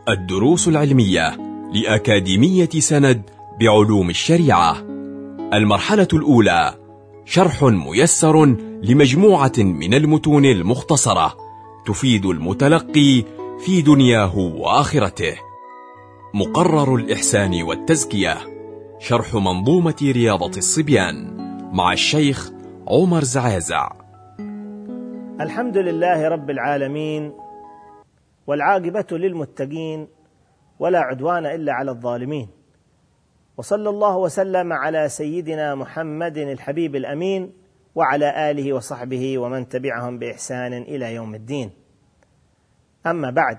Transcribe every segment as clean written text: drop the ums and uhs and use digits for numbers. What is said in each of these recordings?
الدروس العلمية لأكاديمية سند بعلوم الشريعة. المرحلة الأولى: شرح ميسر لمجموعة من المتون المختصرة تفيد المتلقي في دنياه وآخرته. مقرر الإحسان والتزكية، شرح منظومة رياضة الصبيان مع الشيخ عمر زعازع. الحمد لله رب العالمين، والعاقبة للمتقين، ولا عدوان إلا على الظالمين، وصلى الله وسلم على سيدنا محمد الحبيب الأمين وعلى آله وصحبه ومن تبعهم بإحسان إلى يوم الدين. أما بعد،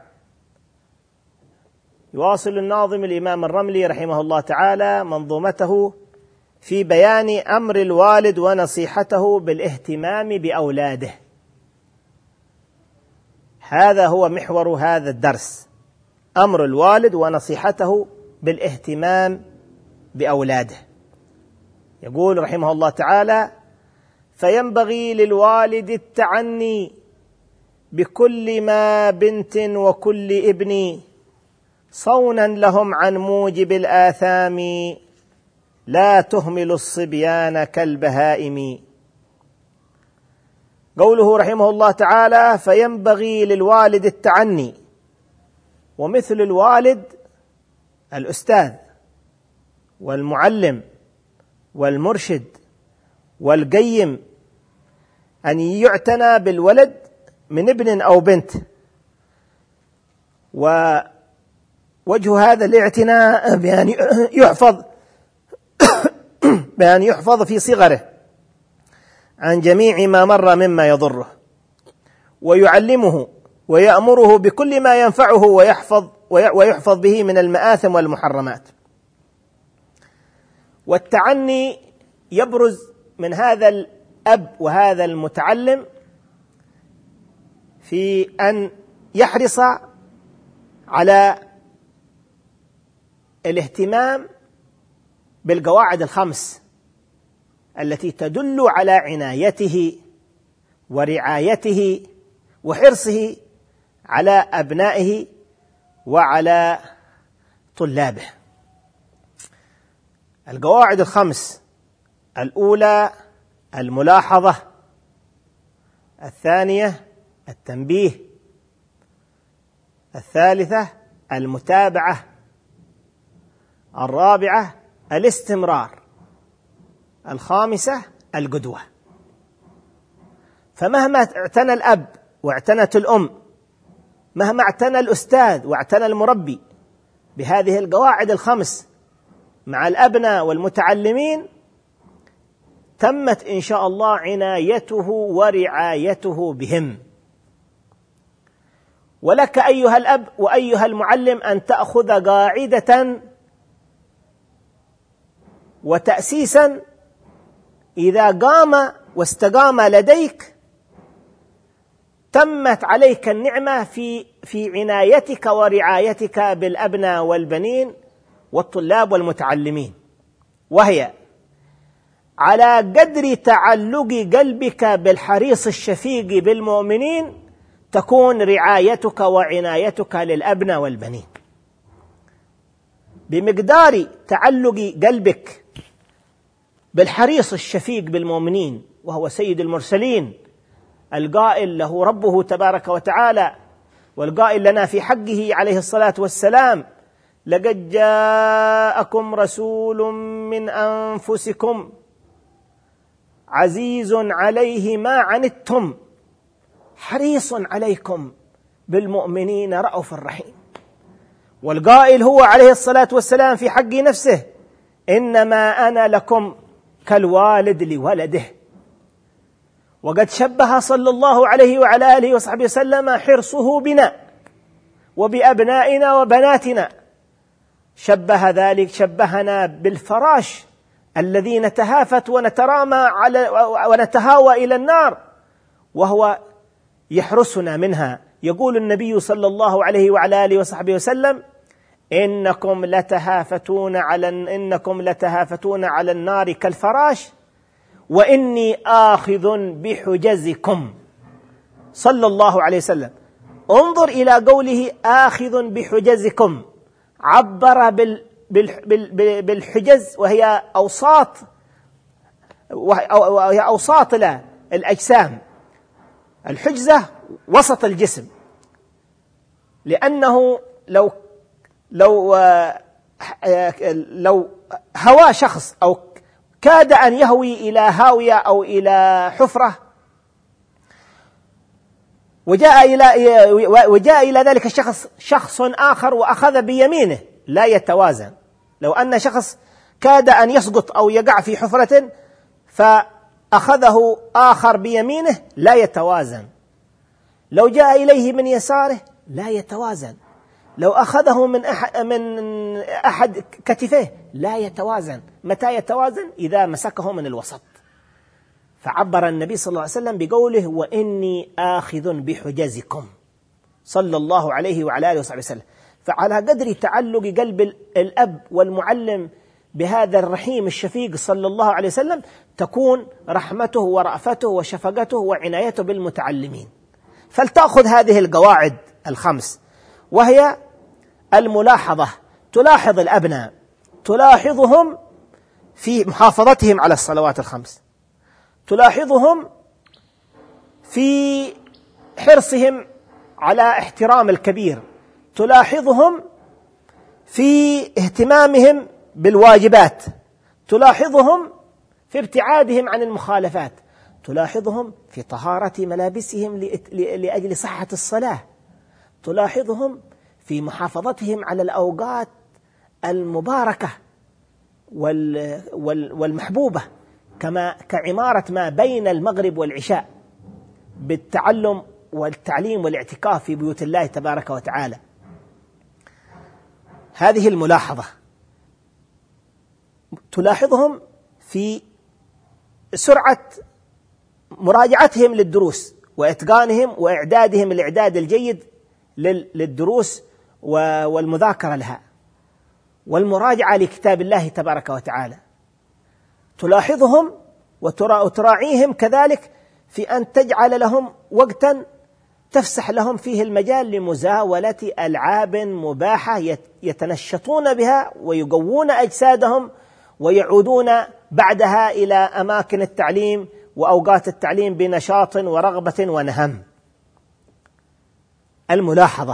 يواصل الناظم الإمام الرملي رحمه الله تعالى منظومته في بيان أمر الوالد ونصيحته بالاهتمام بأولاده. هذا هو محور هذا الدرس، أمر الوالد ونصيحته بالاهتمام بأولاده. يقول رحمه الله تعالى: فينبغي للوالد التعني بكل ما بنت وكل ابن، صونا لهم عن موجب الآثام، لا تهمل الصبيان كالبهائم. قوله رحمه الله تعالى: فينبغي للوالد التعني، ومثل الوالد الأستاذ والمعلم والمرشد والقيم، أن يعتنى بالولد من ابن أو بنت. ووجه هذا الاعتناء بأن يحفظ في صغره عن جميع ما مر مما يضره، ويعلمه ويأمره بكل ما ينفعه ويحفظ به من المآثم والمحرمات. والتعني يبرز من هذا الأب وهذا المتعلم في أن يحرص على الاهتمام بالقواعد الخمس التي تدل على عنايته ورعايته وحرصه على أبنائه وعلى طلابه. القواعد الخمس: الأولى الملاحظة، الثانية التنبيه، الثالثة المتابعة، الرابعة الاستمرار، الخامسة القدوة. فمهما اعتنى الأب واعتنت الأم، مهما اعتنى الأستاذ واعتنى المربي بهذه القواعد الخمس مع الأبناء والمتعلمين، تمت إن شاء الله عنايته ورعايته بهم. ولك أيها الأب وأيها المعلم أن تأخذ قاعدة وتأسيسا إذا قام واستقام لديك، تمت عليك النعمة في عنايتك ورعايتك بالأبناء والبنين والطلاب والمتعلمين، وهي: على قدر تعلق قلبك بالحريص الشفيق بالمؤمنين تكون رعايتك وعنايتك للأبناء والبنين. بمقدار تعلق قلبك بالحريص الشفيق بالمؤمنين، وهو سيد المرسلين القائل له ربه تبارك وتعالى، والقائل لنا في حقه عليه الصلاة والسلام: لقد جاءكم رسول من أنفسكم عزيز عليه ما عنتم حريص عليكم بالمؤمنين رؤوف رحيم. والقائل هو عليه الصلاة والسلام في حق نفسه: إنما أنا لكم كالوالد لولده. وقد شبه صلى الله عليه وعلى آله وصحبه وسلم حرصه بنا وبأبنائنا وبناتنا، شبهنا بالفراش الذي نتهافت ونترامى ونتهاوى إلى النار، وهو يحرسنا منها. يقول النبي صلى الله عليه وعلى آله وصحبه وسلم: إنكم لتهافتون على النار كالفراش، وإني آخذ بحجزكم. صلى الله عليه وسلم. انظر إلى قوله آخذ بحجزكم، عبر بالحجز وهي أوساط الأجسام، الحجزة وسط الجسم، لأنه لو هوى شخص أو كاد أن يهوي إلى هاوية أو إلى حفرة وجاء إلى ذلك الشخص شخص آخر وأخذ بيمينه لا يتوازن. لو أن شخص كاد أن يسقط أو يقع في حفرة فأخذه آخر بيمينه لا يتوازن. لو جاء إليه من يساره لا يتوازن. لو أخذه من أحد كتفيه لا يتوازن. متى يتوازن؟ إذا مسكه من الوسط. فعبر النبي صلى الله عليه وسلم بقوله وإني آخذ بحجزكم صلى الله عليه وعلى آله وصحبه وسلم. فعلى قدر تعلق قلب الأب والمعلم بهذا الرحيم الشفيق صلى الله عليه وسلم تكون رحمته ورأفته وشفقته وعنايته بالمتعلمين. فلتأخذ هذه القواعد الخمس، وهي الملاحظة. تلاحظ الأبناء، تلاحظهم في محافظتهم على الصلوات الخمس، تلاحظهم في حرصهم على احترام الكبير، تلاحظهم في اهتمامهم بالواجبات، تلاحظهم في ابتعادهم عن المخالفات، تلاحظهم في طهارة ملابسهم لأجل صحة الصلاة، تلاحظهم في محافظتهم على الأوقات المباركة والمحبوبة كعمارة ما بين المغرب والعشاء بالتعلم والتعليم والاعتكاف في بيوت الله تبارك وتعالى. هذه الملاحظة. تلاحظهم في سرعة مراجعتهم للدروس وإتقانهم وإعدادهم الإعداد الجيد للدروس والمذاكرة لها والمراجعة لكتاب الله تبارك وتعالى. تلاحظهم وتراعيهم كذلك في أن تجعل لهم وقتا تفسح لهم فيه المجال لمزاولة ألعاب مباحة يتنشطون بها ويقوون أجسادهم ويعودون بعدها إلى أماكن التعليم وأوقات التعليم بنشاط ورغبة ونهم. الملاحظة.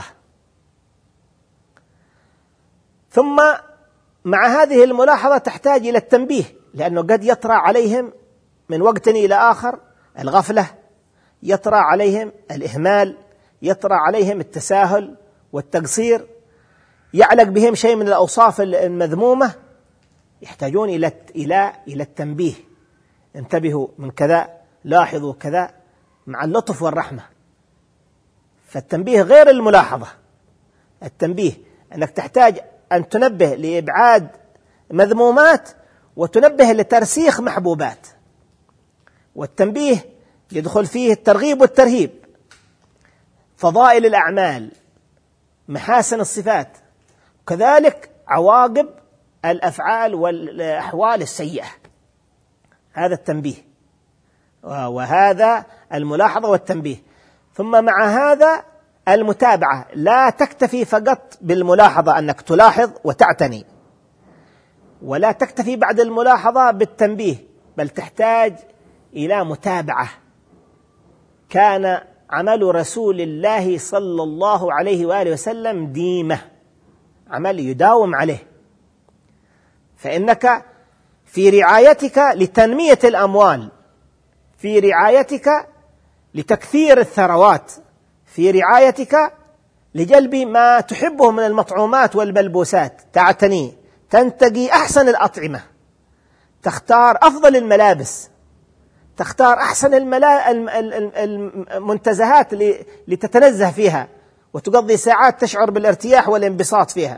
ثم مع هذه الملاحظة تحتاج إلى التنبيه، لأنه قد يطرأ عليهم من وقت إلى آخر الغفلة، يطرأ عليهم الإهمال، يطرأ عليهم التساهل والتقصير، يعلق بهم شيء من الأوصاف المذمومة، يحتاجون إلى التنبيه. انتبهوا من كذا، لاحظوا كذا، مع اللطف والرحمة. فالتنبيه غير الملاحظة. التنبيه أنك تحتاج أن تنبه لإبعاد مذمومات وتنبه لترسيخ محبوبات. والتنبيه يدخل فيه الترغيب والترهيب، فضائل الأعمال، محاسن الصفات، كذلك عواقب الأفعال والأحوال السيئة. هذا التنبيه، وهذا الملاحظة والتنبيه. ثم مع هذا المتابعة. لا تكتفي فقط بالملاحظة أنك تلاحظ وتعتني، ولا تكتفي بعد الملاحظة بالتنبيه، بل تحتاج إلى متابعة. كان عمل رسول الله صلى الله عليه وآله وسلم ديمة، عمل يداوم عليه. فإنك في رعايتك لتنمية الأموال، في رعايتك لتكثير الثروات، في رعايتك لجلب ما تحبه من المطعومات والملبوسات، تعتني، تنتقي أحسن الأطعمة، تختار أفضل الملابس، تختار أحسن المنتزهات لتتنزه فيها وتقضي ساعات تشعر بالارتياح والانبساط فيها.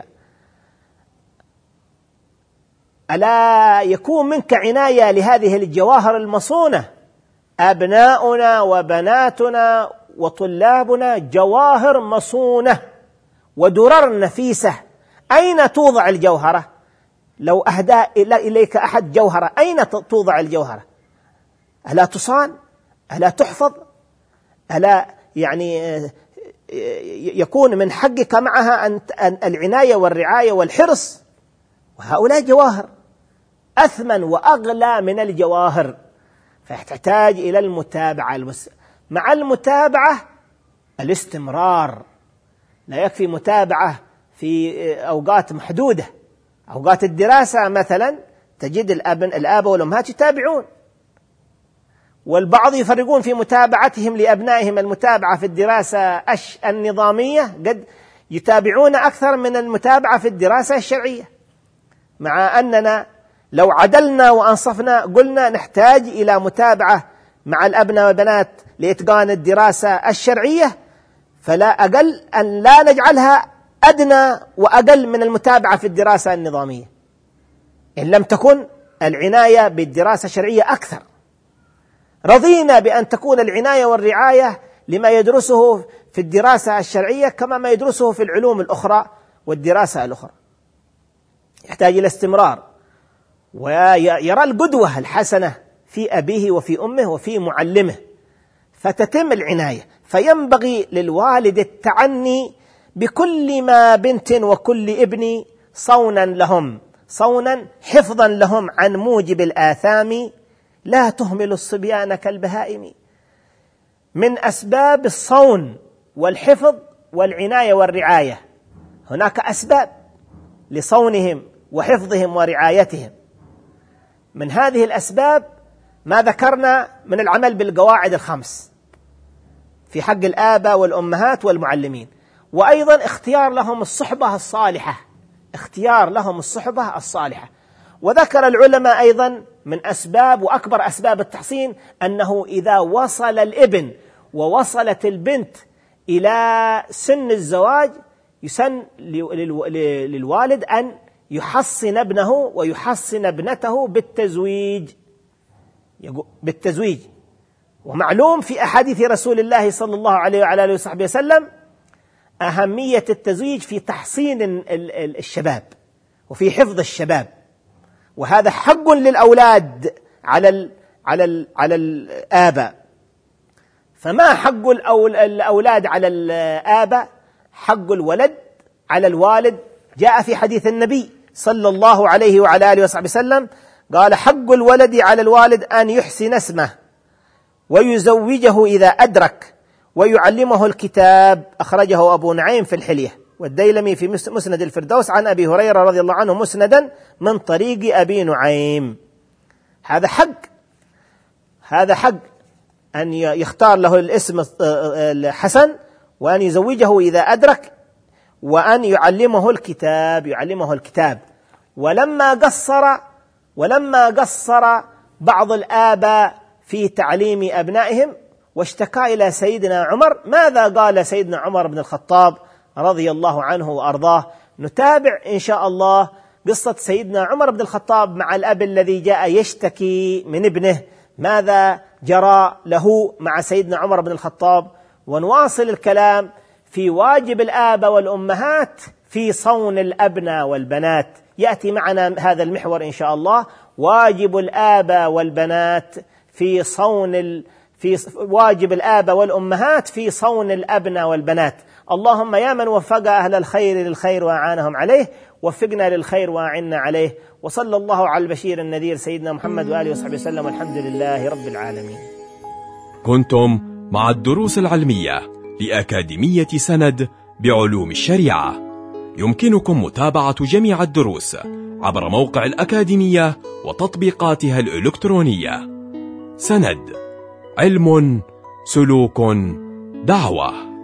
ألا يكون منك عناية لهذه الجواهر المصونة؟ أبناؤنا وبناتنا وطلابنا جواهر مصونة ودرر نفيسة. أين توضع الجوهرة؟ لو أهدى إليك أحد جوهرة، أين توضع الجوهرة؟ ألا تصان؟ ألا تحفظ؟ ألا يكون من حقك معها أن العناية والرعاية والحرص، وهؤلاء جواهر أثمن وأغلى من الجواهر، فتحتاج إلى المتابعة. مع المتابعة الاستمرار، لا يكفي متابعة في أوقات محدودة. أوقات الدراسة مثلا تجد الآباء والأمهات يتابعون، والبعض يفرقون في متابعتهم لأبنائهم المتابعة في الدراسة النظامية، قد يتابعون أكثر من المتابعة في الدراسة الشرعية، مع أننا لو عدلنا وأنصفنا قلنا نحتاج إلى متابعة مع الأبناء والبنات لإتقان الدراسة الشرعية، فلا أقل أن لا نجعلها أدنى وأقل من المتابعة في الدراسة النظامية، إن لم تكن العناية بالدراسة الشرعية أكثر. رضينا بأن تكون العناية والرعاية لما يدرسه في الدراسة الشرعية كما ما يدرسه في العلوم الأخرى والدراسة الأخرى. يحتاج إلى استمرار، ويرى القدوة الحسنة في أبيه وفي أمه وفي معلمه، فتتم العناية. فينبغي للوالد التعني بكل ما بنت وكل ابن صونا لهم، صونا حفظا لهم عن موجب الآثام، لا تهمل الصبيان كالبهائم. من أسباب الصون والحفظ والعناية والرعاية، هناك أسباب لصونهم وحفظهم ورعايتهم. من هذه الأسباب ما ذكرنا من العمل بالقواعد الخمس في حق الآباء والأمهات والمعلمين، وأيضا اختيار لهم الصحبة الصالحة، اختيار لهم الصحبة الصالحة. وذكر العلماء أيضا من أسباب وأكبر أسباب التحصين أنه إذا وصل الابن ووصلت البنت إلى سن الزواج يسن للوالد أن يحصن ابنه ويحصن ابنته بالتزويج. ومعلوم في أحاديث رسول الله صلى الله عليه وعلى آله وصحبه وسلم أهمية التزويج في تحصين الشباب وفي حفظ الشباب، وهذا حق للأولاد على الآباء. فما حق الأولاد على الآباء؟ حق الولد على الوالد جاء في حديث النبي صلى الله عليه وعلى آله وصحبه وسلم، قال: حق الولد على الوالد أن يحسن اسمه ويزوجه إذا أدرك ويعلمه الكتاب. أخرجه أبو نعيم في الحلية، والديلمي في مسند الفردوس عن أبي هريرة رضي الله عنه مسندا من طريق أبي نعيم. هذا حق أن يختار له الاسم الحسن، وأن يزوجه إذا أدرك، وأن يعلمه الكتاب. ولما قصر بعض الآباء في تعليم أبنائهم واشتكى إلى سيدنا عمر، ماذا قال سيدنا عمر بن الخطاب رضي الله عنه وأرضاه؟ نتابع إن شاء الله قصة سيدنا عمر بن الخطاب مع الأب الذي جاء يشتكي من ابنه، ماذا جرى له مع سيدنا عمر بن الخطاب، ونواصل الكلام في واجب الآباء والأمهات في صون الأبناء والبنات. يأتي معنا هذا المحور إن شاء الله، واجب الآباء والبنات واجب الآباء والأمهات في صون الأبناء والبنات. اللهم يا من وفق أهل الخير للخير وأعانهم عليه، وفقنا للخير وأعنا عليه. وصلى الله على البشير النذير سيدنا محمد وآله وصحبه وسلم، والحمد لله رب العالمين. كنتم مع الدروس العلمية لأكاديمية سند بعلوم الشريعة. يمكنكم متابعة جميع الدروس عبر موقع الأكاديمية وتطبيقاتها الإلكترونية. سند، علم، سلوك، دعوة.